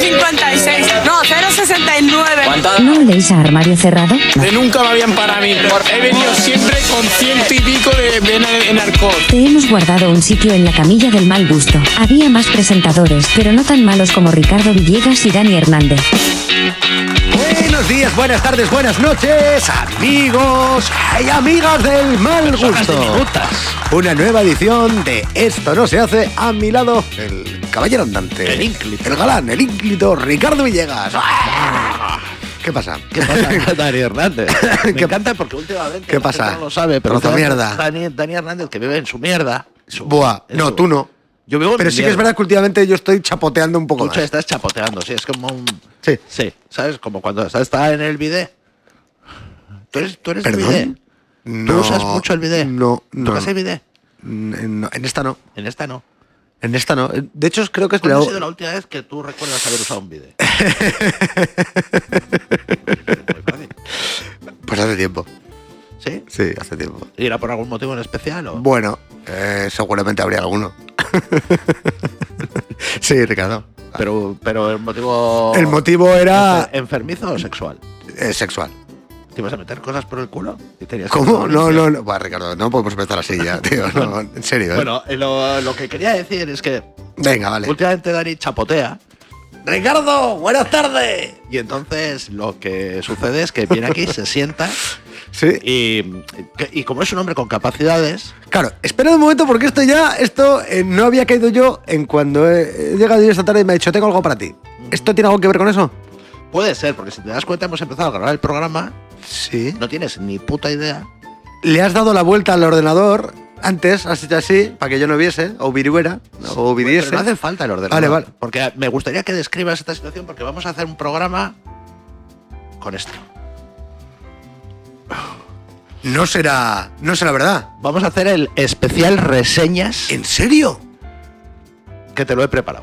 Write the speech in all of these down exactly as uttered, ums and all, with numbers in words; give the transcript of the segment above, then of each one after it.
cincuenta y seis. No, cero sesenta y nueve. ¿Cuánto? ¿No oléis a armario cerrado? De nunca me habían para mí. He venido siempre con ciento y pico de vena en arcón. Te hemos guardado un sitio en la camilla del mal gusto. Había más presentadores, pero no tan malos como Ricardo Villegas y Dani Hernández. Buenos días, buenas tardes, buenas noches, amigos y amigas del mal gusto. Una nueva edición de Esto no se hace. A mi lado, el caballero andante, el ínclito, el galán, el ínclito Ricardo Villegas. ¿Qué pasa? ¿Qué pasa, Dani Hernández? Me ¿Qué encanta porque últimamente ¿Qué pasa? No lo sabe, pero Trozo mierda. Dani, Dani Hernández que vive en su mierda. Su, Buah, no, su, tú no. Yo vivo en Pero sí mierda. que es verdad que últimamente yo estoy chapoteando un poco Tú más. estás chapoteando, sí, es como un... Sí. Sí, ¿sabes? Como cuando está en el bidet. ¿Tú eres, tú eres de ¿Perdón? bidet? No, ¿Tú usas mucho el bidet? No, no. ¿Tocas el bidet? En, no, en esta no. En esta no. En esta no. De hecho, creo que es ¿Cuándo la... ha sido la última vez que tú recuerdas haber usado un bidet? Pues hace tiempo. ¿Sí? Sí, hace tiempo. ¿Y era por algún motivo en especial o...? Bueno, eh, seguramente habría alguno. Sí, Ricardo. Pero, pero el motivo... El motivo era... ¿Enfermizo o sexual? Eh, sexual. ¿Te ibas a meter cosas por el culo? ¿Y tenías ¿Cómo? que No, no, no. Bueno, Ricardo, no podemos empezar así ya, tío. No, en serio. ¿eh? Bueno, lo, lo que quería decir es que... Venga, vale. Últimamente Dani chapotea. ¡Ricardo, buenas tardes! Y entonces lo que sucede es que viene aquí, se sienta... Sí. Y, y como es un hombre con capacidades... Claro, espera un momento porque esto ya, esto eh, no había caído yo en cuando he, he llegado yo esta tarde y me ha dicho, tengo algo para ti. ¿Esto tiene algo que ver con eso? Puede ser, porque si te das cuenta hemos empezado a grabar el programa. Sí. No tienes ni puta idea. Le has dado la vuelta al ordenador antes, has hecho así, para que yo no viese, o viruera, o viviese. Pero no hace falta el ordenador. Vale, vale. Porque me gustaría que describas esta situación porque vamos a hacer un programa con esto. No será, no será verdad. Vamos a hacer el especial reseñas. ¿En serio? Que te lo he preparado.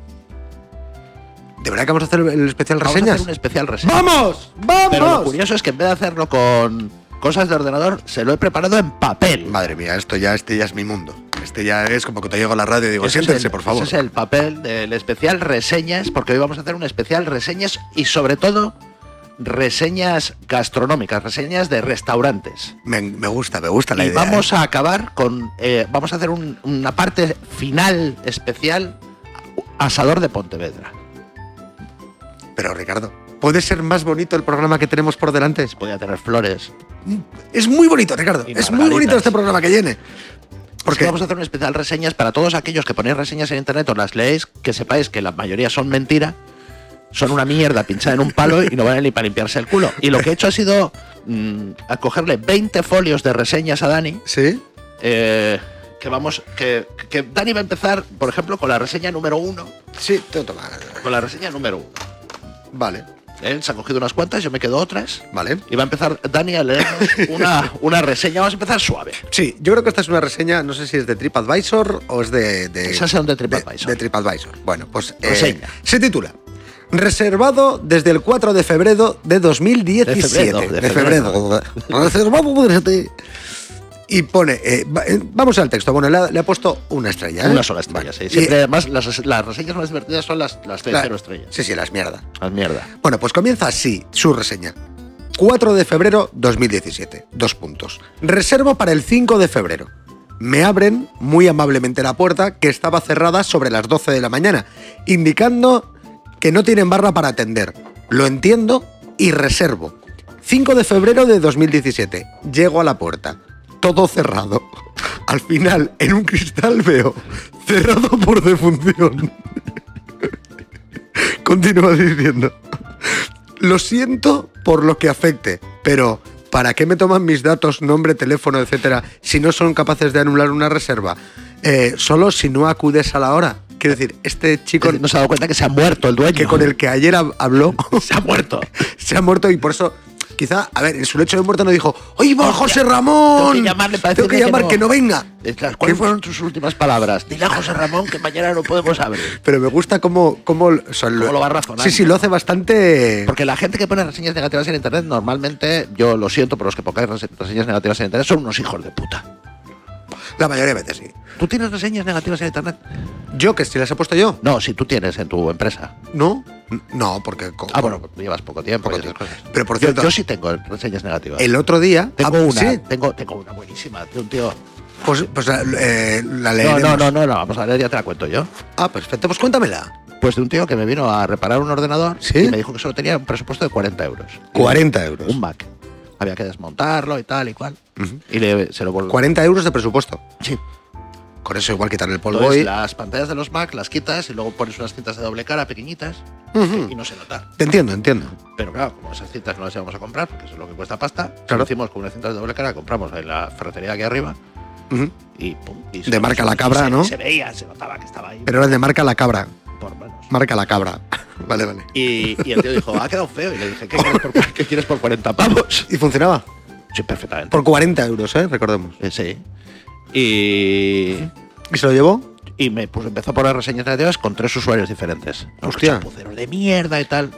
¿De verdad que vamos a hacer el especial Vamos reseñas? a hacer un especial reseñas. ¡Vamos! ¡Vamos! Pero lo curioso es que en vez de hacerlo con cosas de ordenador, se lo he preparado en papel. Madre mía, esto ya, este ya es mi mundo. Este ya es como que te llego a la radio y digo, Ese es siéntense, el- por favor. Ese es el papel del especial reseñas, porque hoy vamos a hacer un especial reseñas y sobre todo reseñas gastronómicas, reseñas de restaurantes. Me, me gusta, me gusta la y idea. vamos ¿eh? a acabar con, eh, vamos a hacer un- una parte final especial, asador de Pontevedra. Pero Ricardo, ¿puede ser más bonito el programa que tenemos por delante? Podría tener flores. Es muy bonito, Ricardo. Y Es muy margaritas. bonito este programa que llene. Porque Porque vamos a hacer un especial reseñas para todos aquellos que ponéis reseñas en internet o las leéis, que sepáis que la mayoría son mentira, son una mierda pinchada en un palo y no valen ni para limpiarse el culo. Y lo que he hecho ha sido mmm, a cogerle veinte folios de reseñas a Dani. ¿Sí? Eh, que vamos, que, que Dani va a empezar, por ejemplo, con la reseña número uno. Sí, te toma. Con la reseña número uno. Vale, Él se ha cogido unas cuantas, yo me quedo otras. vale. Y va a empezar Dani a leernos una, una reseña. Vamos a empezar suave. Sí, yo creo que esta es una reseña, no sé si es de TripAdvisor o es de... de Esas son de TripAdvisor. De, de TripAdvisor. Bueno, pues... eh, Reseña. se titula Reservado desde el cuatro de febrero de dos mil diecisiete. De febrero, de De febrero. Reservado desde... Y pone... eh, va- eh, vamos al texto. Bueno, le ha, le ha puesto una estrella. ¿eh? Una sola estrella, Vale. sí. Siempre, Y- además, las, las reseñas más divertidas son las, las de la- cero estrellas. Sí, sí, las mierdas. Las mierda. Bueno, pues comienza así su reseña. cuatro de febrero dos mil diecisiete. Dos puntos. Reservo para el cinco de febrero. Me abren muy amablemente la puerta, que estaba cerrada sobre las doce de la mañana, indicando que no tienen barra para atender. Lo entiendo y reservo. cinco de febrero de dos mil diecisiete. Llego a la puerta. Todo cerrado. Al final, en un cristal veo cerrado por defunción. Continúa diciendo. Lo siento por lo que afecte, pero ¿para qué me toman mis datos, nombre, teléfono, etcétera, si no son capaces de anular una reserva? Eh, solo si no acudes a la hora. Quiero decir, este chico No se ha dado cuenta que se ha muerto el dueño. que con el que ayer hab- habló Se ha muerto. se ha muerto y por eso, quizá, a ver, en su lecho de muerte no dijo, ¡oye, va Hostia, José Ramón! tengo que llamarle para Tengo que decirle que llamar no". que no venga. Claro, ¿cuáles ¿Qué? fueron tus últimas palabras? Dile a José Ramón que mañana no podemos abrir. Pero me gusta cómo... cómo, o sea, Cómo lo va razonando. Sí, sí, lo hace bastante... Porque la gente que pone reseñas negativas en internet, normalmente, yo lo siento por los que pongáis rese- reseñas negativas en internet, son unos hijos de puta. La mayoría de veces sí. ¿Tú tienes reseñas negativas en internet? ¿Yo que si las he puesto yo? No, si tú tienes en tu empresa. No. No, porque... co- Ah, bueno, llevas poco tiempo. Poco y esas tiempo. cosas. Pero por Yo- cierto, yo, sí tengo reseñas negativas. el otro día... Tengo ah, una, ¿sí? tengo, tengo una buenísima de un tío. Pues, pues eh, la No, leeremos. no, no, no, no, vamos a leer, ya te la cuento yo. Ah, perfecto, pues cuéntamela. Pues de un tío que me vino a reparar un ordenador ¿Sí? y me dijo que solo tenía un presupuesto de cuarenta euros. Y cuarenta le- euros. Un Mac. Había que desmontarlo y tal y cual. Ujú. Y le, se lo volvió. cuarenta euros de presupuesto. Sí. Con eso igual quitarle el polvo Entonces, y... las pantallas de los Mac las quitas y luego pones unas cintas de doble cara pequeñitas Ujú. y no se nota. Te entiendo, entiendo. Pero claro, como esas cintas no las íbamos a comprar, porque eso es lo que cuesta pasta, Claro. lo hicimos con unas cintas de doble cara, compramos en la ferretería de aquí arriba Ujú. y pum. Y De marca La Cabra, se, ¿no? Se veía, se notaba que estaba ahí. Pero era de marca La Cabra. Por menos. Marca La Cabra. Vale, vale. Y, y el tío dijo, ha quedado feo. Y le dije, ¿qué quieres por, qué quieres por cuarenta pavos? ¿Y funcionaba? Sí, perfectamente. Por cuarenta euros, ¿eh? Recordemos. Eh, sí. Y, ¿Y se lo llevó? y me pues, empezó a poner reseñas negativas con tres usuarios diferentes. Unos Hostia. chapuceros de mierda y tal.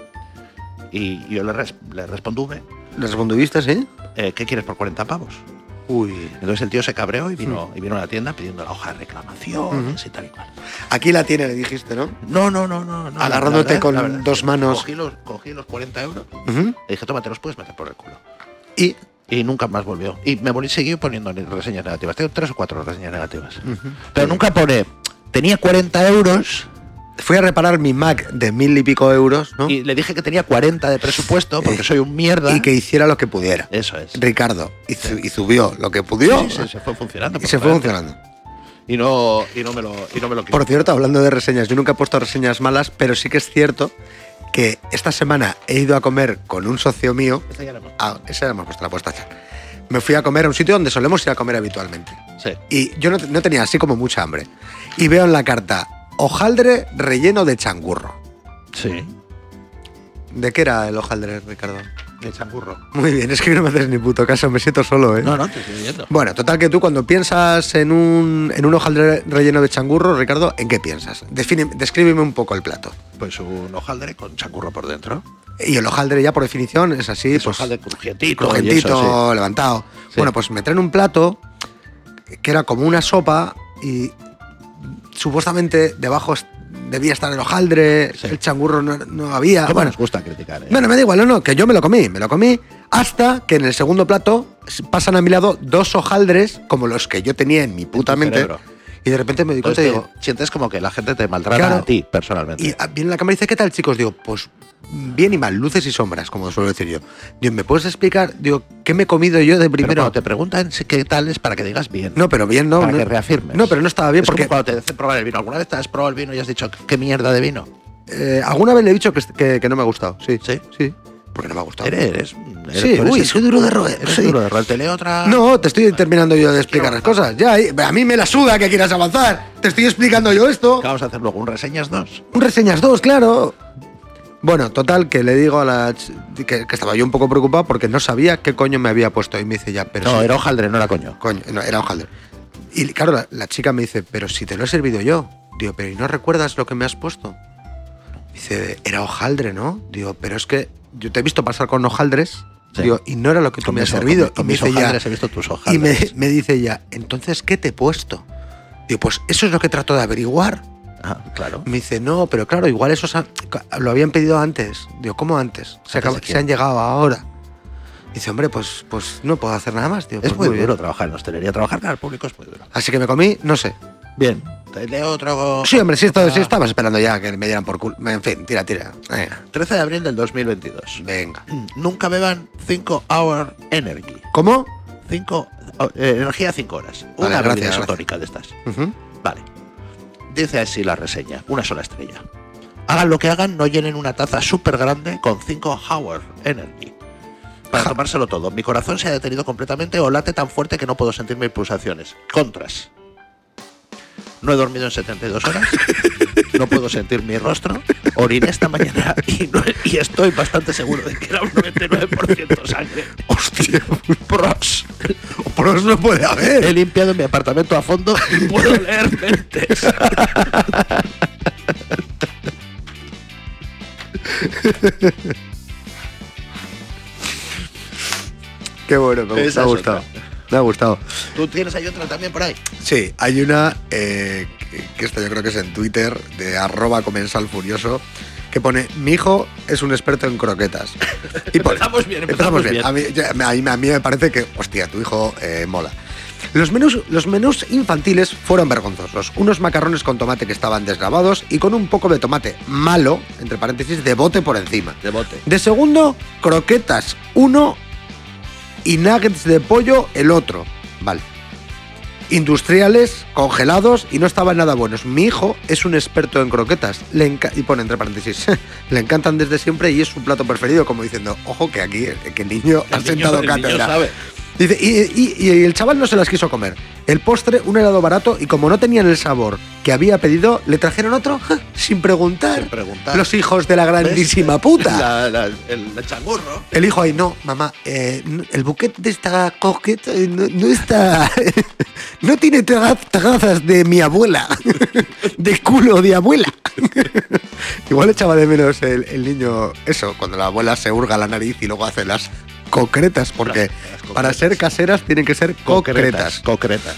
Y yo le, res, le responduve, ¿Le respondiste, sí? eh, ¿qué quieres por cuarenta pavos? Uy. Entonces el tío se cabreó y vino, y vino a la tienda pidiendo la hoja de reclamaciones y tal y cual. Aquí la tiene, le dijiste, ¿no? No, no, no, no. no Agarrándote la con la verdad, dos manos. Cogí los, cogí los cuarenta euros. Ujú. Le dije, toma, te los puedes meter por el culo. Y... Y nunca más volvió. Y me volví seguí poniendo reseñas negativas. Tengo tres o cuatro reseñas negativas. Pero nunca pone, tenía cuarenta euros Fui a reparar mi Mac de mil y pico euros, ¿no? y le dije que tenía cuarenta de presupuesto porque Eh, soy un mierda. Y que hiciera lo que pudiera. Eso es. Ricardo. Y, su- y subió lo que pudió. Sí, sí, se fue funcionando. Y se fue perfectamente. funcionando. Y no, y no me lo, y no me lo quitó. Por cierto, hablando de reseñas, yo nunca he puesto reseñas malas, pero sí que es cierto que esta semana he ido a comer con un socio mío. Esta ya la hemos- Ah, esa la hemos puesto, la puesta ya. Me fui a comer a un sitio donde solemos ir a comer habitualmente. Sí. Y yo no, no tenía así como mucha hambre. Y veo en la carta, hojaldre relleno de changurro. Sí. ¿De qué era el hojaldre, Ricardo? De changurro. Muy bien, es que no me haces ni puto caso, me siento solo, ¿eh? No, no, te estoy viendo. Bueno, total que tú cuando piensas en un, en un hojaldre relleno de changurro, Ricardo, ¿en qué piensas? Define, descríbeme un poco el plato. Pues un hojaldre con changurro por dentro. Y el hojaldre ya por definición es así, Es pues hojaldre crujientito. crujientito, y eso, levantado. Sí. Bueno, pues me traen un plato que era como una sopa y supuestamente debajo est- debía estar el hojaldre, Sí. el changurro no, no había. ¿Cómo Bueno, nos gusta criticar, eh? bueno, me da igual, no, no, que yo me lo comí, me lo comí hasta que en el segundo plato s- pasan a mi lado dos hojaldres como los que yo tenía en mi puta tu mente. cerebro. Y de repente me di cuenta y Entonces digo, te sientes como que la gente te maltrata Claro. a ti personalmente. y ah, viene la cámara y dice, ¿qué tal, chicos? Digo, pues bien y mal, luces y sombras, como suelo decir yo. Digo, ¿me puedes explicar? Digo, ¿qué me he comido yo de Pero primero? cuando te preguntan si qué tal es para que digas bien. No, pero bien no. para no. que reafirmes. No, pero no estaba bien Es porque como cuando te hacen probar el vino. ¿Alguna vez te has probado el vino y has dicho qué mierda de vino? eh, alguna vez le he dicho que, que, que no me ha gustado. Sí, ¿Sí? sí. Porque no me ha gustado. Eres, eres, eres- Sí, tú eres uy, el- soy duro de roer. Eres sí. duro de roer. Te leo otra. No, te estoy terminando yo de explicar las cosas. Ya, eh, a mí me la suda que quieras avanzar. Te estoy explicando yo esto. ¿Qué vamos a hacer luego? ¿Un reseñas dos? Un reseñas dos, claro. Bueno, total, que le digo a la ch- que, que estaba yo un poco preocupado porque no sabía qué coño me había puesto. Y me dice ya, pero No, sí. era hojaldre, no era coño. Coño, no, era hojaldre. Y claro, la, la chica me dice, pero si te lo he servido yo. Digo, pero ¿y no recuerdas lo que me has puesto? Dice, era hojaldre, ¿no? Digo, pero es que yo te he visto pasar con hojaldres. Sí. Digo, y no era lo que tú Con me has mis- servido. con- con y me mis dice ya, hojaldres he visto tus y me, hojaldres. me dice ya, entonces, ¿qué te he puesto? Digo, pues eso es lo que trato de averiguar. Ah, claro. Me dice, no, pero claro, igual eso se ha- lo habían pedido antes. Digo, ¿cómo antes? Se, ¿Antes acaba- de quién? se han llegado ahora. Dice, hombre, pues, pues no puedo hacer nada más. Digo, Es pues muy, bien. duro trabajar en hostelería. Trabajar con el público es muy duro. Así que me comí, no sé. Bien. Te leo otro. Sí, hombre, sí, estaba, sí otra- estaba esperando ya que me dieran por culo. En fin, tira, tira. Venga, trece de abril del dos mil veintidós. venga. Nunca beban cinco hour energy. ¿Cómo? cinco eh, energía cinco horas. Vale, Una gracias, bebida gracias. isotónica de estas. Ujú. Vale. Dice así la reseña, una sola estrella. Hagan lo que hagan, no llenen una taza súper grande con cinco hour energy. Para tomárselo todo. Mi corazón se ha detenido completamente o late tan fuerte que no puedo sentir mis pulsaciones. Contras. No he dormido en setenta y dos horas. No puedo sentir mi rostro. Oriné esta mañana y, no- y estoy bastante seguro de que era un noventa y nueve por ciento sangre. Hostia, Pros. pros no puede haber. He limpiado mi apartamento a fondo y puedo leer mentes. Qué bueno, me, Esa me ha es gustado. otra. Me ha gustado. ¿Tú tienes ahí otra también por ahí? Sí, hay una eh, que, que esto yo creo que es en Twitter, de arroba comensal furioso, que pone, mi hijo es un experto en croquetas. Y pone, Empezamos bien, empezamos bien. A mí, ya, a, mí, a mí me parece que, hostia, tu hijo eh, mola. Los menús, los menús infantiles fueron vergonzosos. Unos macarrones con tomate que estaban desgravados y con un poco de tomate malo, entre paréntesis, de bote por encima. De bote. De segundo, croquetas uno y nuggets de pollo el otro. Vale. Industriales, congelados y no estaban nada buenos. Mi hijo es un experto en croquetas. Le enca- y pone entre paréntesis, le encantan desde siempre y es su plato preferido, como diciendo, ojo que aquí, que el niño El ha niño- sentado el niño cátedra. sabe. Dice, y, y- y el chaval no se las quiso comer. El postre, un helado barato, y como no tenían el sabor que había pedido, le trajeron otro ¡ja! sin preguntar. Sin preguntar. Los hijos de la grandísima ¿Ves? puta. La, la, el, el changurro. El hijo ahí, no, mamá, eh, no, el buquet de esta croqueta eh, no, no está... no tiene tra- trazas de mi abuela. De culo de abuela. Igual echaba de menos el, el niño eso, cuando la abuela se hurga la nariz y luego hace las concretas, porque Las- las concretas. para ser caseras tienen que ser concretas. Concretas.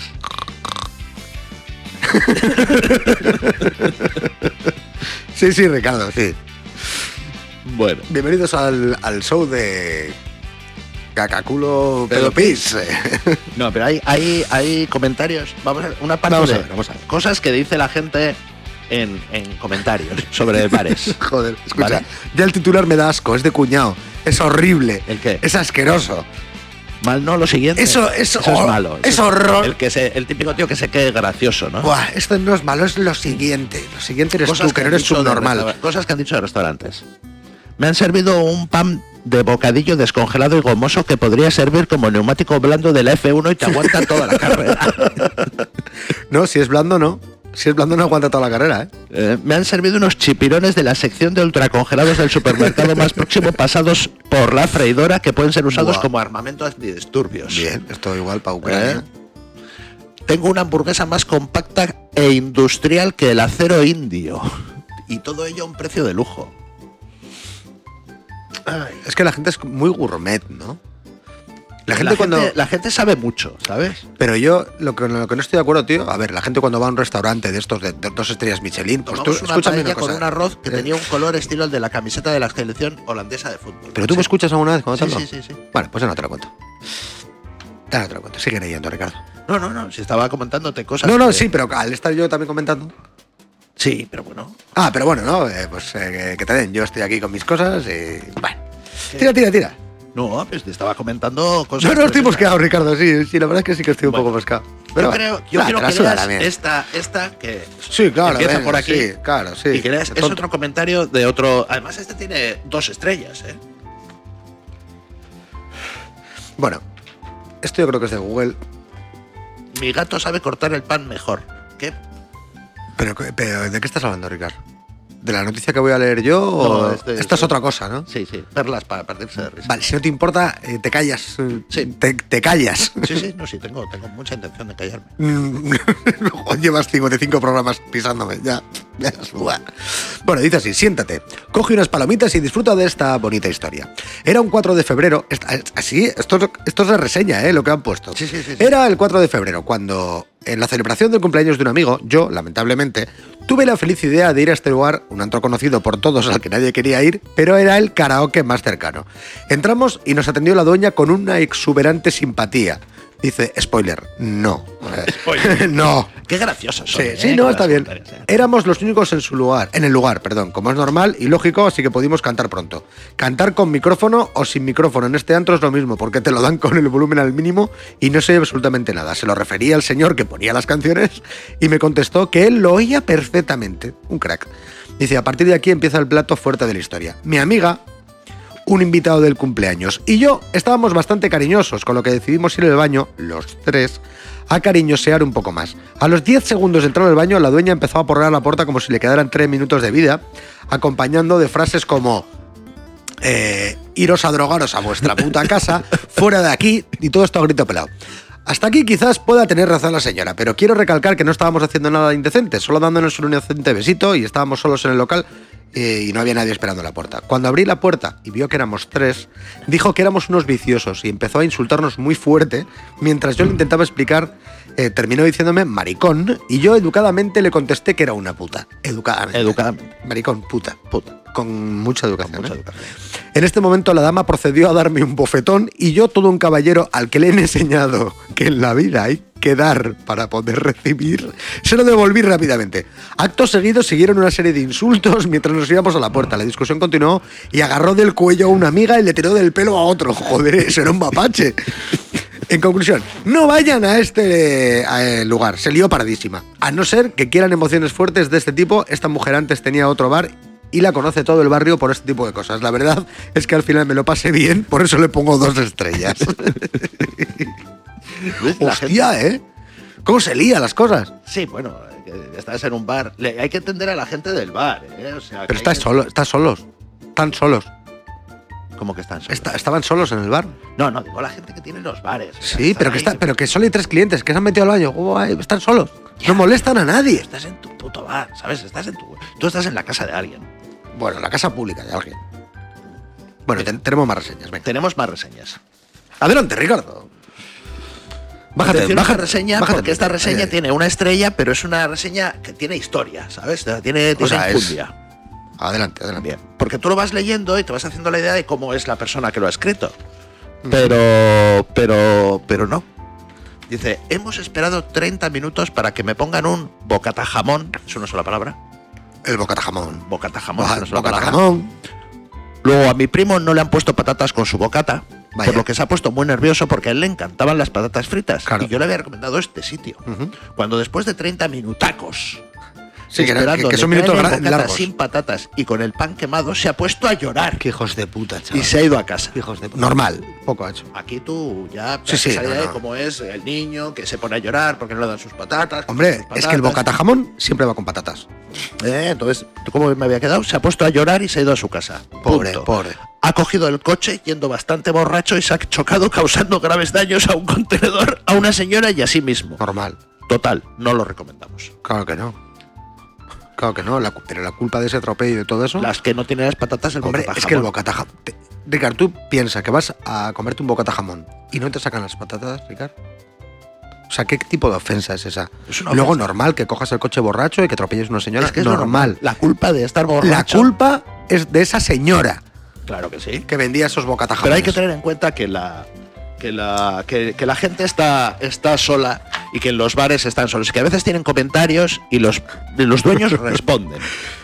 Sí, sí, Ricardo, sí. Bueno. Bienvenidos al, al show de Cacaculo Pedopis. No, pero hay, hay, hay comentarios. Vamos a ver, una parte Vamos a de ver, vamos a ver. cosas que dice la gente en, en comentarios sobre bares. Joder, escucha, Vale. ya el titular me da asco, es de cuñado, es horrible. ¿El qué? Es asqueroso. Mal no, lo siguiente. Eso- eso- es malo. es Eso horror. El, que se, el típico tío que se quede gracioso, ¿no? Buah, esto no es malo, es lo siguiente. Lo siguiente eres tú, que no han eres dicho de subnormal. restaura- Cosas que han dicho de restaurantes. Me han servido un pan de bocadillo descongelado y gomoso que podría servir como neumático blando de la F uno y te aguanta toda la carrera. No, si es blando, no. Si es blando, no aguanta toda la carrera, ¿eh? Eh, me han servido unos chipirones de la sección de ultracongelados del supermercado más próximo pasados por la freidora que pueden ser usados Buah. como armamento antidisturbios. Bien, esto igual para Ucrania. Eh, Tengo una hamburguesa más compacta e industrial que el acero indio. Y todo ello a un precio de lujo. Ay, es que la gente es muy gourmet, ¿no? La gente cuando... la gente sabe mucho, ¿sabes? Pero yo, lo que, lo que no estoy de acuerdo, tío, a ver, la gente cuando va a un restaurante de estos de, de dos estrellas Michelin, pues tú, Tomamos una escúchame paella una cosa. con un arroz que Eh, tenía un color estilo el de la camiseta de la selección holandesa de fútbol. ¿Pero tú me Sí. escuchas alguna vez cuando Sí, te hablo? sí, sí, sí. Vale, pues ya no te lo cuento. Ya no te lo cuento, sigue leyendo, Ricardo. No, no, no, si estaba comentándote cosas. No, no, que- sí, pero al estar yo también comentando... Sí, pero bueno. Ah, pero bueno, no, eh, pues eh, que, que te den. Yo estoy aquí con mis cosas y. Bueno. Tira, tira, tira. No, pues te estaba comentando cosas. Yo no estoy tremendas. mosqueado, Ricardo, sí, sí, la verdad es que sí que estoy un Bueno, poco mosqueado. Yo Pero creo, bueno, yo va, quiero te la que suda leas también. esta, esta que Sí, claro, empieza venga, por aquí. sí, claro, sí. Y que leas, De es tonto. otro comentario de otro. Además, este tiene dos estrellas, ¿eh? Bueno, esto yo creo que es de Google. Mi gato sabe cortar el pan mejor. ¿Qué? Pero, pero ¿de qué estás hablando, Ricardo? ¿De la noticia que voy a leer yo? No, o... este- Esta es otra cosa, ¿no? Sí, sí, perlas para partirse de risa. Vale, si no te importa, eh, te callas. eh, Sí. Te, te callas. Sí, sí, no, sí, tengo, tengo mucha intención de callarme. Mm, Llevas cincuenta y cinco programas pisándome, ya. ya es buah. Bueno, dice así, siéntate, coge unas palomitas y disfruta de esta bonita historia. Era un cuatro de febrero, esta- así, esto, es- esto es de reseña, ¿eh? Lo que han puesto. Sí, sí, sí, sí. Era el cuatro de febrero, cuando en la celebración del cumpleaños de un amigo, yo, lamentablemente, tuve la feliz idea de ir a este lugar, un antro conocido por todos al que nadie quería ir, pero era el karaoke más cercano. Entramos y nos atendió la dueña con una exuberante simpatía. Dice, spoiler, no. Spoiler. no. Qué graciosos son. Sí, ¿eh? sí, no, Con está las bien. comentarios, ¿eh? Éramos los únicos en su lugar, en el lugar, perdón, como es normal y lógico, así que pudimos cantar pronto. Cantar con micrófono o sin micrófono en este antro es lo mismo, porque te lo dan con el volumen al mínimo y no se oye absolutamente nada. Se lo refería al señor que ponía las canciones y me contestó que él lo oía perfectamente. Un crack. Dice, a partir de aquí empieza el plato fuerte de la historia. Mi amiga, un invitado del cumpleaños, y yo estábamos bastante cariñosos, con lo que decidimos ir al baño, los tres, a cariñosear un poco más. A los diez segundos de entrar al baño, la dueña empezó a porrar a la puerta como si le quedaran tres minutos de vida, acompañando de frases como eh, iros a drogaros a vuestra puta casa, fuera de aquí, y todo esto a grito pelado. Hasta aquí quizás pueda tener razón la señora, pero quiero recalcar que no estábamos haciendo nada indecente, solo dándonos un inocente besito y estábamos solos en el local eh, y no había nadie esperando a la puerta. Cuando abrí la puerta y vio que éramos tres, dijo que éramos unos viciosos y empezó a insultarnos muy fuerte mientras yo le intentaba explicar. Eh, terminó diciéndome maricón y yo educadamente le contesté que era una puta. Educadamente. Educadamente. Maricón, puta. Puta. con mucha educación. Con mucha ¿eh? educación. En este momento la dama procedió a darme un bofetón y yo, todo un caballero al que le he enseñado que en la vida hay que dar para poder recibir, se lo devolví rápidamente. Acto seguido siguieron una serie de insultos mientras nos íbamos a la puerta. La discusión continuó y agarró del cuello a una amiga y le tiró del pelo a otro. Joder, eso era un mapache. En conclusión, no vayan a este a lugar, se lió paradísima. A no ser que quieran emociones fuertes de este tipo, esta mujer antes tenía otro bar y la conoce todo el barrio por este tipo de cosas. La verdad es que al final me lo pasé bien, por eso le pongo dos estrellas. La Hostia, gente- ¿eh? ¿Cómo se lía las cosas? Sí, bueno, que estás en un bar. Le- hay que entender a la gente del bar, ¿eh? O sea, que Pero hay estás que- solo, estás solos. Están solos. ¿Cómo que están solos? Está- estaban solos en el bar. No, no, digo la gente que tiene los bares. O sea, Sí, están pero que ahí. está, pero que solo hay tres clientes que se han metido al baño. Guay, están solos. No molestan a nadie. Estás en tu puto bar, ¿sabes? Estás en tu... Tú estás en la casa de alguien. Bueno, la casa pública de alguien. Bueno, ten- tenemos más reseñas. Venga. Tenemos más reseñas. Adelante, Ricardo. Bájate, Atención a esta bájate. reseña, bájate. porque esta reseña Ay, ay. tiene una estrella, pero es una reseña que tiene historia, ¿sabes? Tiene, O tiene sea, es- enjundia. Adelante, adelante. Bien, porque tú lo vas leyendo y te vas haciendo la idea de cómo es la persona que lo ha escrito. Pero, pero, pero no. Dice, hemos esperado treinta minutos para que me pongan un bocata jamón. ¿Es una sola palabra? El bocata jamón. Bocata jamón. Boca- es una sola Bocata palabra. jamón. Luego a mi primo no le han puesto patatas con su bocata, Vaya. por lo que se ha puesto muy nervioso porque a él le encantaban las patatas fritas. Claro. Y yo le había recomendado este sitio. Ujú. Cuando después de treinta minutacos, Sí, que, era- esperando, que- que son le minutos traen el gra- bocata largos. sin patatas y con el pan quemado, se ha puesto a llorar Qué hijos de puta, chaval. y se ha ido a casa. Qué hijos de puta. Normal. Poco ha hecho. Aquí tú ya Sí, sí, te haces no, idea de no. cómo es el niño que se pone a llorar porque no le dan sus patatas. Hombre, sus es que el patatas. bocata jamón siempre va con patatas. Eh, entonces, ¿cómo me había quedado? Se ha puesto a llorar y se ha ido a su casa. Pobre, Punto. pobre. Ha cogido el coche yendo bastante borracho y se ha chocado causando graves daños a un contenedor, a una señora y a sí mismo. Normal. Total, no lo recomendamos. Claro que no. Claro que no. La cu- pero la culpa de ese atropello y de todo eso. Las que no tienen las patatas, el Hombre, bocata es que el jamón. bocata jamón. te- Ricard, tú piensas que vas a comerte un bocata jamón y no te sacan las patatas, Ricard. O sea, ¿qué tipo de ofensa es esa? Es una Luego, ofensa. normal que cojas el coche borracho y que atropelles a una señora. Es que es lo normal. La culpa de estar La borracho. culpa es de esa señora Claro que sí. que vendía esos bocata Pero hay jamones. que tener en cuenta que la que la que, que la gente está está sola y que en los bares están solos, que a veces tienen comentarios y los y los dueños responden.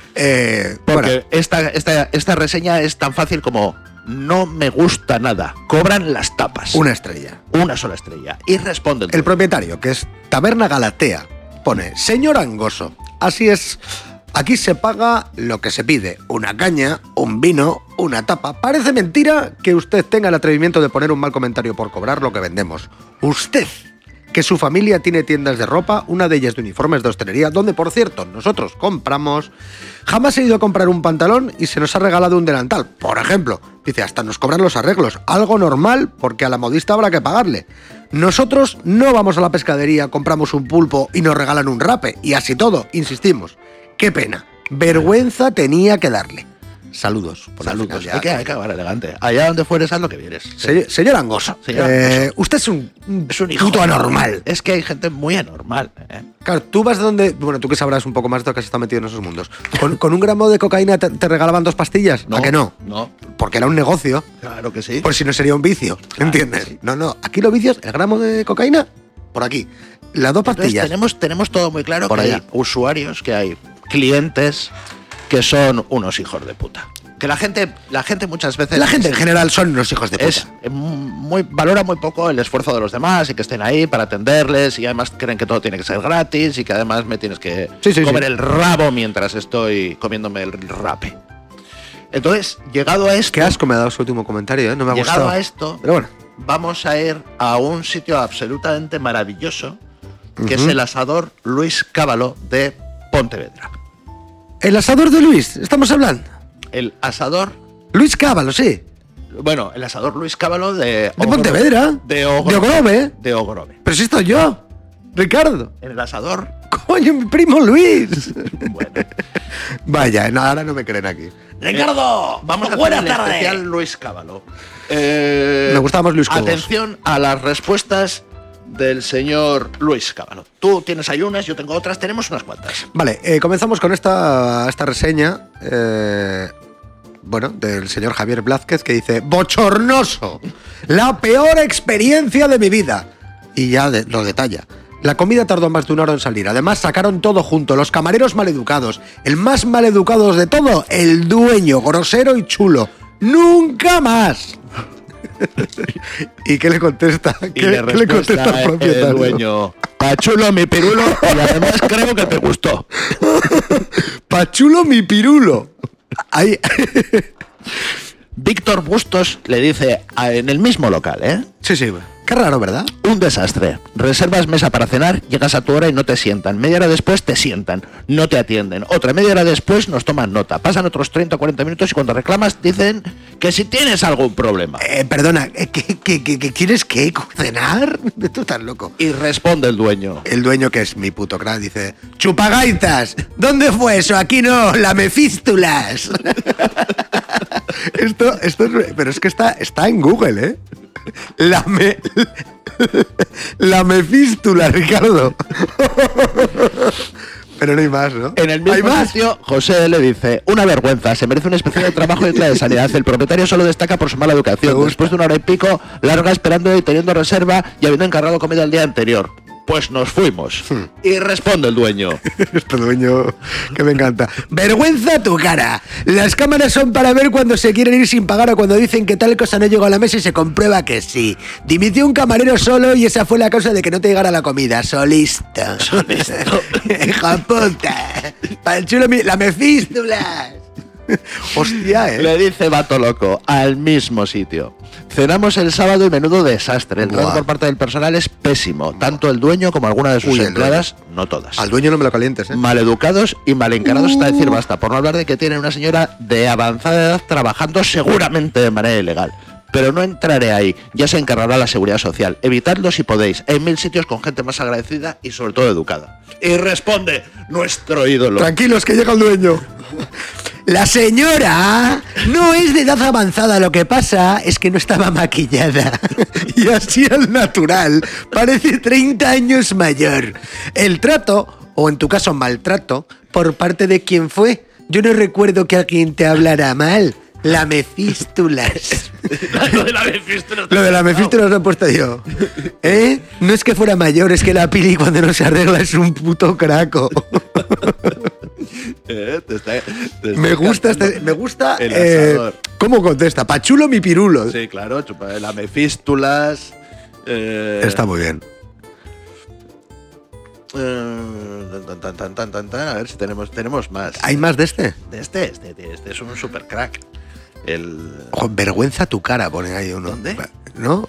Eh, Porque bueno, esta, esta esta reseña es tan fácil como no me gusta nada. Cobran las tapas. una estrella. Una sola estrella. Y responden. El propietario, que es Taberna Galatea, pone: Señor Angoso, así es. Aquí se paga lo que se pide, una caña, un vino, una tapa. Parece mentira que usted tenga el atrevimiento de poner un mal comentario por cobrar lo que vendemos. Usted, que su familia tiene tiendas de ropa, una de ellas de uniformes de hostelería, donde por cierto nosotros compramos. Jamás he ido a comprar un pantalón y se nos ha regalado un delantal, por ejemplo. Dice, hasta nos cobran los arreglos, algo normal porque a la modista habrá que pagarle. Nosotros no vamos a la pescadería, compramos un pulpo y nos regalan un rape, y así todo, insistimos. Qué pena, vergüenza tenía que darle. Saludos. Por el Saludos. final ya. Hay que, hay que acabar elegante. Allá donde fueres, haz lo que vieres. Se- señor Angoso, Señor eh, Angoso. usted es un, un Es un hijo. puto anormal. Es que hay gente muy anormal. ¿eh? Claro, tú vas de donde. Bueno, tú que sabrás un poco más de lo que se está metido en esos mundos. ¿Con, con un gramo de cocaína te, te regalaban dos pastillas? ¿A que no? No. Porque era un negocio. Claro que sí. Por si no sería un vicio. Claro ¿Entiendes? que sí. No, no. Aquí los vicios, el gramo de cocaína, por aquí. Las dos Entonces, pastillas. tenemos, tenemos todo muy claro Por que allá. hay usuarios, que hay clientes que son unos hijos de puta. Que la gente, la gente muchas veces. La gente en general son unos hijos de puta. es muy, valora muy poco el esfuerzo de los demás y que estén ahí para atenderles y además creen que todo tiene que ser gratis y que además me tienes que Sí, sí, comer sí. el rabo mientras estoy comiéndome el rape. Entonces, llegado a esto, Qué asco me ha dado su último comentario, ¿eh? No me ha llegado gustado. a esto, Pero bueno. vamos a ir a un sitio absolutamente maravilloso que Ujú. es el asador Luis Cábalo de Pontevedra. El asador de Luis, estamos hablando. El asador, Luis Cábalo, sí. bueno, el asador Luis Cábalo de De Ogro- Pontevedra. De Ogrove. De Ogrove. De Ogrove. Pero si estoy yo, Ricardo. En el asador, Coño, mi primo Luis. bueno. Vaya, no, ahora no me creen aquí. Ricardo, vamos a hacer buenas el tardes. especial Luis Cábalo. Eh, Me gustaba más Luis Cobos. Atención a las respuestas del señor Luis Cábalo. Tú tienes ahí unas, yo tengo otras, tenemos unas cuantas. Vale, eh, comenzamos con esta, esta reseña. Eh, bueno, del señor Javier Blázquez, que dice: bochornoso, la peor experiencia de mi vida. Y ya de, lo detalla. La comida tardó más de una hora en salir. Además, sacaron todo junto. Los camareros maleducados. El más maleducado de todo, el dueño, grosero y chulo. ¡Nunca más! ¿Y qué le contesta? ¿Qué, y le, ¿qué le contesta al propietario? El dueño: Pachulo, mi pirulo, y además creo que te gustó. Pachulo, mi pirulo. Ahí. Víctor Bustos le dice a, en el mismo local, ¿eh? Sí, sí. Qué raro, ¿verdad? Un desastre. Reservas mesa para cenar, llegas a tu hora y no te sientan. Media hora después te sientan, no te atienden. Otra media hora después nos toman nota. Pasan otros treinta o cuarenta minutos y cuando reclamas dicen que si tienes algún problema. Eh, perdona, ¿qué, qué, qué, qué quieres qué? ¿Cenar? Tú estás loco. Y responde el dueñño. El dueño, que es mi puto crack, dice: chupagaitas, ¿dónde fue eso? Aquí no, la mefístulas. esto, esto es, pero es que está, está en Google, ¿eh? La me... La mefístula, Ricardo. Pero no hay más, ¿no? En el mismo sitio, José le dice: una vergüenza, se merece una especie de trabajo de clase de sanidad. El propietario solo destaca por su mala educación. Después de una hora y pico, larga esperando y teniendo reserva y habiendo encargado comida el día anterior. Pues nos fuimos. Hmm. Y responde el dueño. Este dueño que me encanta. Vergüenza tu cara. Las cámaras son para ver cuando se quieren ir sin pagar o cuando dicen que tal cosa no llegó a la mesa y se comprueba que sí. Dimitió un camarero solo y esa fue la causa de que no te llegara la comida. Solisto. Solisto. Hijo puta. Pa'l chulo, la mefístula. Hostia, eh. Le dice vato loco, al mismo sitio. Cenamos el sábado y menudo desastre. El trato por parte del personal es pésimo. Tanto el dueño como alguna de sus Uy, empleadas, no todas. Al dueño no me lo calientes, ¿eh? Maleducados y mal encarados uh. hasta decir basta. Por no hablar de que tienen una señora de avanzada edad trabajando seguramente de manera ilegal. Pero no entraré ahí, ya se encargará la seguridad social. Evitadlo si podéis. Hay mil sitios con gente más agradecida y sobre todo educada. Y responde nuestro ídolo. Tranquilos, que llega el dueño. La señora no es de edad avanzada, lo que pasa es que no estaba maquillada. Y así al natural parece treinta años mayor. El trato, o en tu caso maltrato, por parte de quien fue. Yo no recuerdo que alguien te hablara mal. La mefístulas. Lo de la mefístulas. Lo de la mefístulas lo he puesto yo. ¿Eh? No es que fuera mayor, es que la Pili cuando no se arregla es un puto craco. Eh, te está, te está me gusta este, me gusta eh, cómo contesta. Pachulo mi pirulo. Sí, claro, chupa, la mefístulas. Eh, está muy bien. Eh, tan, tan, tan, tan, tan, a ver si tenemos, tenemos más. ¿Hay más de este? De este, este, este es un super crack. El... Ojo, vergüenza tu cara, pone ahí uno. ¿Dónde? ¿No?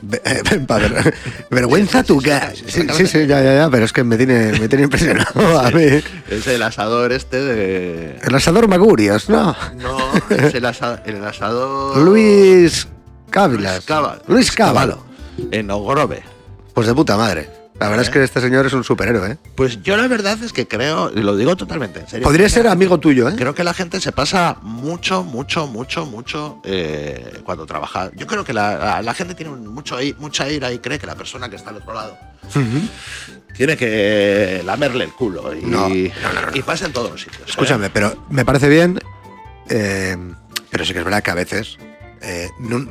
Ver, vergüenza tu cara. Sí, sí, sí, ya, ya, ya, pero es que me tiene, me tiene impresionado a mí. Es el asador este de... El asador Magurios, ¿no? No, es el, asa, el asador... Luis Cávilas. Luis Cábalo. Luis Cábalo. En Ogrove. Pues de puta madre. La verdad ¿Eh? es que este señor es un superhéroe, ¿eh? Pues yo la verdad es que creo, y lo digo totalmente en serio. Podría ser amigo tuyo, ¿eh? Creo que la gente se pasa mucho, mucho, mucho, mucho eh, cuando trabaja. Yo creo que la, la, la gente tiene mucho, mucha ira y cree que la persona que está al otro lado uh-huh. tiene que lamerle el culo. Y, no, no, no, no. y pasa en todos los sitios. Escúchame, ¿eh? pero me parece bien, eh, pero sí que es verdad que a veces eh, no,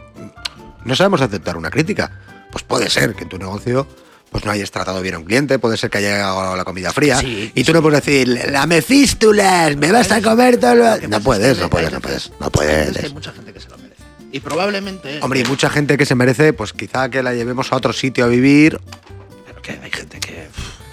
no sabemos aceptar una crítica. Pues puede ser que en tu negocio... pues no hayas tratado bien a un cliente, puede ser que haya llegado la comida fría, sí, y tú sí. no puedes decir, la mefístulas, me vas a comer todo lo... No puedes, no puedes, no puedes, no puedes. Hay mucha gente que se lo merece. Y probablemente... Hombre, y mucha gente que se merece, pues quizá que la llevemos a otro sitio a vivir. Pero que hay gente que...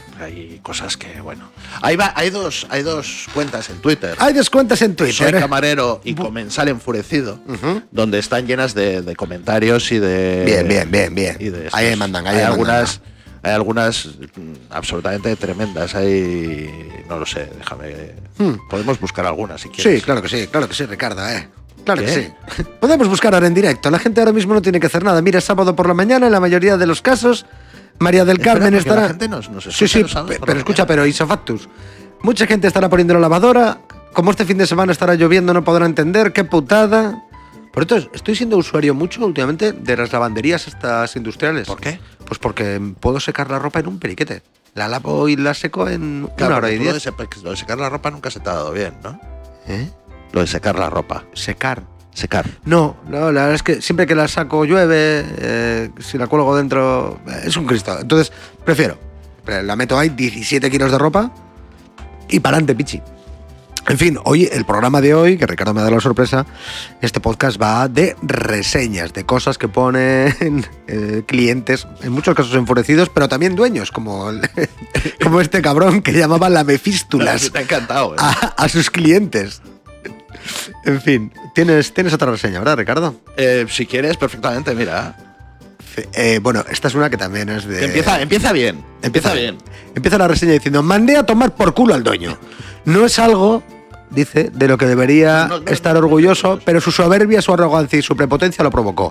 Hay cosas que, bueno... Hay, va, hay, dos, hay dos cuentas en Twitter. Hay dos cuentas en Twitter. Soy camarero y comensal enfurecido, uh-huh. donde están llenas de, de comentarios y de... Bien, bien, bien, bien. Y de ahí mandan, ahí hay mandan. algunas... Hay algunas absolutamente tremendas. Hay... No lo sé, déjame... Hmm. Podemos buscar algunas si quieres. Sí, claro que sí, claro que sí, Ricardo, ¿eh? Claro ¿Qué? que sí. Podemos buscar ahora en directo. La gente ahora mismo no tiene que hacer nada. Mira, sábado por la mañana, en la mayoría de los casos, María del Carmen Espera, estará... La gente nos, nos sí, sí, pero, pero escucha, pero isofactus. Mucha gente estará poniendo la lavadora. Como este fin de semana estará lloviendo, no podrá entender. ¡Qué putada! Por esto, estoy siendo usuario mucho últimamente de las lavanderías estas industriales. ¿Por qué? Pues porque puedo secar la ropa en un periquete. La lavo y la seco en claro, una hora y diez. Lo de, lo de secar la ropa nunca se te ha dado bien, ¿no? ¿Eh? Lo de secar la ropa. Secar. secar. No, no, la verdad es que siempre que la saco llueve, eh, si la cuelgo dentro, eh, es un Cristo. Entonces, prefiero, la meto ahí, diecisiete kilos de ropa y para adelante, pichi. En fin, hoy, el programa de hoy, que Ricardo me ha dado la sorpresa, este podcast va de reseñas, de cosas que ponen eh, clientes, en muchos casos enfurecidos, pero también dueños, como, el, como este cabrón que llamaba lamefístulas Te ha encantado, ¿eh? a, a sus clientes. En fin, tienes, tienes otra reseña, ¿verdad, Ricardo? Eh, si quieres, perfectamente, mira. Eh, bueno, esta es una que también es de... Que empieza, empieza bien, empieza bien. Empieza la reseña diciendo, mandé a tomar por culo al dueño. No es algo, dice, de lo que debería No, no, estar no, no, orgulloso, no, no, no. pero su soberbia, su arrogancia y su prepotencia lo provocó.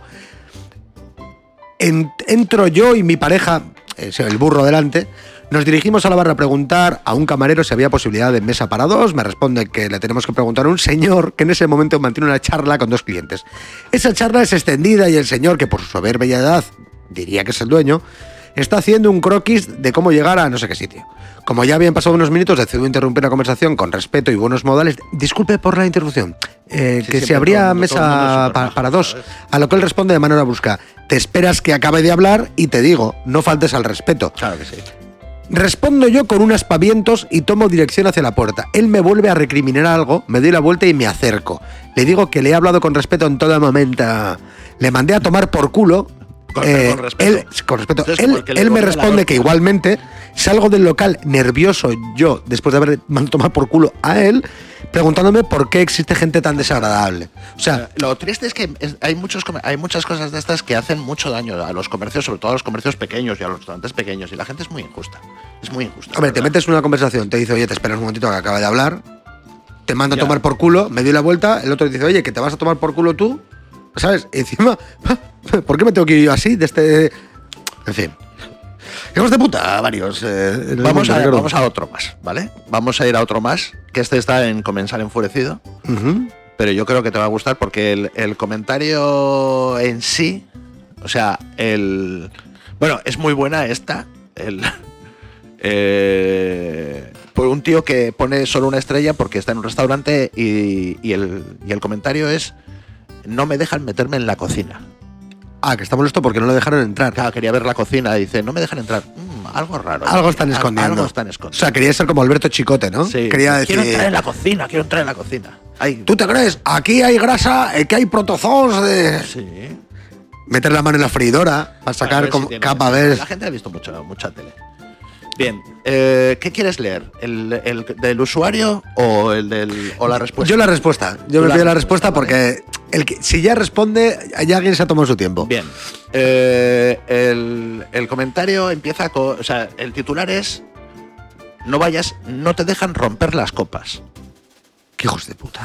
En- entro yo y mi pareja, eh, el burro delante, nos dirigimos a la barra a preguntar a un camarero si había posibilidad de mesa para dos. Me responde que le tenemos que preguntar a un señor que en ese momento mantiene una charla con dos clientes. Esa charla es extendida y el señor, que por su soberbia edad diría que es el dueño, está haciendo un croquis de cómo llegar a no sé qué sitio. Como ya habían pasado unos minutos, decidió interrumpir la conversación con respeto y buenos modales. Disculpe por la interrupción. Eh, Sí, que si siempre habría todo el mundo- todo el mundo mesa es súper pa- majo, para dos. ¿sabes? A lo que él responde de manera brusca. Te esperas que acabe de hablar y te digo, no faltes al respeto. Claro que sí. Respondo yo con unos aspavientos y tomo dirección hacia la puerta. Él me vuelve a recriminar algo, me doy la vuelta y me acerco. Le digo que le he hablado con respeto en todo momento. Le mandé a tomar por culo. Con- Eh, con respeto. Él, con respeto. Entonces, Él, porque le él me rompe la responde hostia. que igualmente salgo del local nervioso yo, después de haber mandado a tomar por culo a él, preguntándome por qué existe gente tan desagradable. O sea, Lo triste es que es- hay, muchos, comer- hay muchas cosas de estas que hacen mucho daño a los comercios, sobre todo a los comercios pequeños y a los restaurantes pequeños, y la gente es muy injusta. Es muy injusta. hombre, te ¿verdad? metes en una conversación, te dice, oye, te esperas un momentito que acabe de hablar, te manda a Ya. tomar por culo, me doy la vuelta, el otro dice, oye, que te vas a tomar por culo tú, ¿sabes? Y encima, ¿por qué me tengo que ir yo así de este...? En fin. Hijos de puta, varios. eh, en el Vamos mundo, a, Ricardo. vamos a otro más, ¿vale? Vamos a ir a otro más, que este está en Comensal Enfurecido, Ujú. pero yo creo que te va a gustar porque el, el comentario en sí, o sea, el... Bueno, es muy buena esta, el... Eh, por un tío que pone solo una estrella porque está en un restaurante y, y el, y el comentario es: no me dejan meterme en la cocina. Ah, que está molesto porque no lo dejaron entrar. Claro, quería ver la cocina y dice: no me dejan entrar. Mm, algo raro. Algo están Al- escondiendo. Algo están O escondiendo. sea, quería ser como Alberto Chicote, ¿no? Sí. Quería decir... Quiero entrar en la cocina, quiero entrar en la cocina. Ay, ¿Tú te crees? Aquí hay grasa, eh, que hay protozoos de... sí. Meter la mano en la freidora para sacar A ver si como tiene capa, sentido. ¿ves? La gente ha visto mucho, mucha tele. Bien, eh, ¿qué quieres leer? ¿El, el del usuario o el del o la respuesta? Yo la respuesta. Yo Tú me la pido la respuesta, respuesta vale. porque el que, si ya responde, ya alguien se ha tomado su tiempo. Bien. Eh, el, el comentario empieza con. O sea, el titular es: no vayas, no te dejan romper las copas. ¡Qué hijos de puta!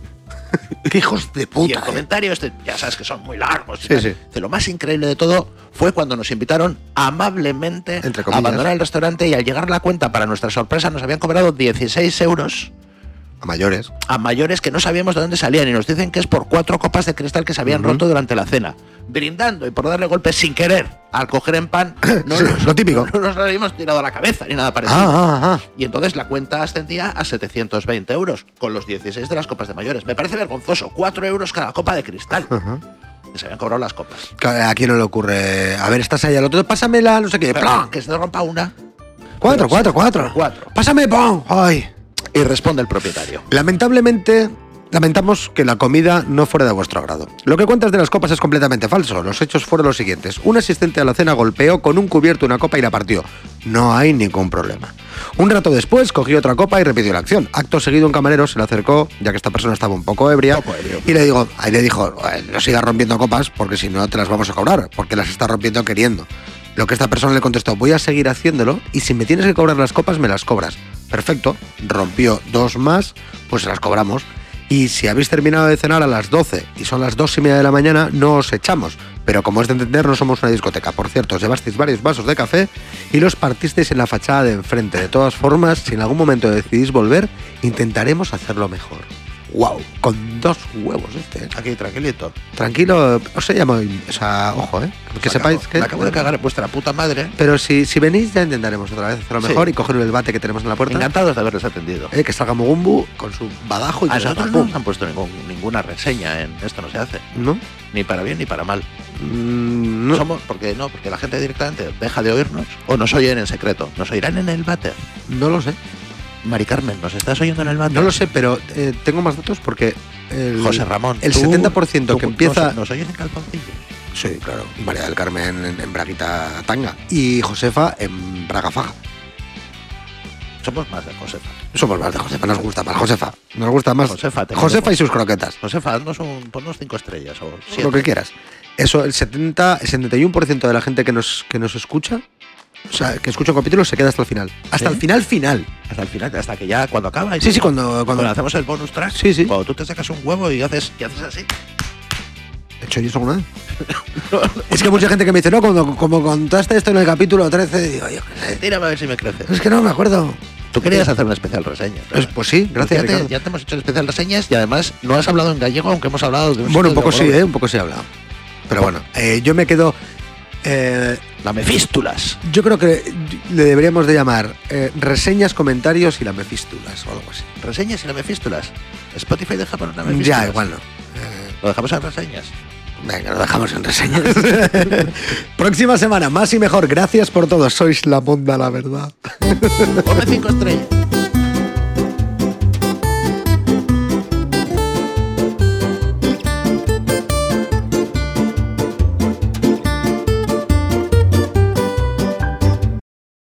¡Qué hijos de Y puta! el eh. comentario, este, ya sabes que son muy largos. y Sí, tal. sí. Dice, lo más increíble de todo fue cuando nos invitaron amablemente Entre a comillas. abandonar el restaurante y al llegar la cuenta, para nuestra sorpresa, nos habían cobrado dieciséis euros A mayores. a mayores que no sabíamos de dónde salían y nos dicen que es por cuatro copas de cristal que se habían Ujú. roto durante la cena. Brindando y por darle golpes sin querer al coger en pan, no, Sí, nos, lo típico. no nos lo habíamos tirado a la cabeza ni nada parecido. Ah, ah, ah. Y entonces la cuenta ascendía a setecientos veinte euros, con los dieciséis de las copas de mayores. Me parece vergonzoso, cuatro euros cada copa de cristal. Ajá. Que se habían cobrado las copas. Claro, ¿a quién no le ocurre? A ver, estás ahí al otro, pásamela, no sé qué. Pero ¡Plan! que se te rompa una. Cuatro, Pero cuatro, sí, cuatro. cuatro. Pásame, pon. Ay. Y responde el propietario. Lamentablemente, lamentamos que la comida no fuera de vuestro agrado. Lo que cuentas de las copas es completamente falso. Los hechos fueron los siguientes. Un asistente a la cena golpeó con un cubierto una copa y la partió. No hay ningún problema. Un rato después cogió otra copa y repitió la acción. Acto seguido un camarero se le acercó, ya que esta persona estaba un poco ebria, Poco ebrio. y le digo, ahí le dijo, "Eh, no sigas rompiendo copas porque si no te las vamos a cobrar, porque las estás rompiendo queriendo. Lo que esta persona le contestó, voy a seguir haciéndolo y si me tienes que cobrar las copas, me las cobras. Perfecto, rompió dos más, pues se las cobramos. Y si habéis terminado de cenar a las doce y son las dos y media de la mañana, no os echamos. Pero como es de entender, no somos una discoteca. Por cierto, os llevasteis varios vasos de café y los partisteis en la fachada de enfrente. De todas formas, si en algún momento decidís volver, intentaremos hacerlo mejor. Wow, con dos huevos este. ¿eh? Aquí, tranquilito. Tranquilo, os he llamado, o sea, ojo, ¿eh? Que Me sepáis acabo- que... Me acabo de cagar en vuestra puta madre. Pero si, si venís ya intentaremos otra vez hacerlo Sí. mejor y coger el bate que tenemos en la puerta. Encantados de haberles atendido. Eh, que salga Mogumbu con su badajo y A que salga nosotros no pum. nos han puesto ningún- ninguna reseña en Esto no se hace. ¿No? Ni para bien ni para mal. Mm, no. Somos, porque no, porque la gente directamente deja de oírnos o nos oyen en secreto. Nos oirán en el váter. No lo sé. Mari Carmen, ¿nos estás oyendo en el váter? No lo sé, pero eh, tengo más datos porque el, José Ramón. el tú- setenta por ciento tú- que empieza... Nos, nos oyen en calzoncillos. Sí, claro. María del Carmen en, en Braguita Tanga y Josefa en Braga Faja. Somos más de Josefa. Somos más de Josefa, nos gusta más Josefa. Nos gusta más Josefa, te Josefa queremos. y sus croquetas. Josefa, haznos un, ponnos cinco estrellas o siete. Lo que quieras. Eso, el setenta, el setenta y uno por ciento de la gente que nos, que nos escucha, o sea, que escucha un capítulo se queda hasta el final. Hasta ¿Sí? el final final. Hasta el final, hasta que ya cuando acaba. y Sí, sí, todo. cuando- cuando- Cuando hacemos el bonus track. Sí, sí. Cuando tú te sacas un huevo y haces, y haces así. ¿He hecho yo eso alguna vez? Es que hay mucha gente que me dice, no, cuando, como contaste esto en el capítulo trece, digo, yo qué sé. Tírame a ver si me crece. Es que no me acuerdo. Tú querías hacer una especial reseña. Pues, pues sí, gracias, ya, te, Ricardo. ya te hemos hecho especial reseñas y además no has hablado en gallego, aunque hemos hablado de un Bueno, un sitio poco de sí, Bologne. ¿eh? Un poco sí he hablado. Pero bueno, eh, yo me quedo... eh, La Mefístulas. yo creo que le deberíamos de llamar eh, reseñas, comentarios y la mefístulas o algo así. Reseñas y la Mefístulas. Spotify deja poner la Mefístulas. Ya, igual no. Eh, Lo dejamos en reseñas. venga, lo dejamos en reseñas. Próxima semana, más y mejor. Gracias por todo. Sois la monda, la verdad. Ponme cinco estrellas.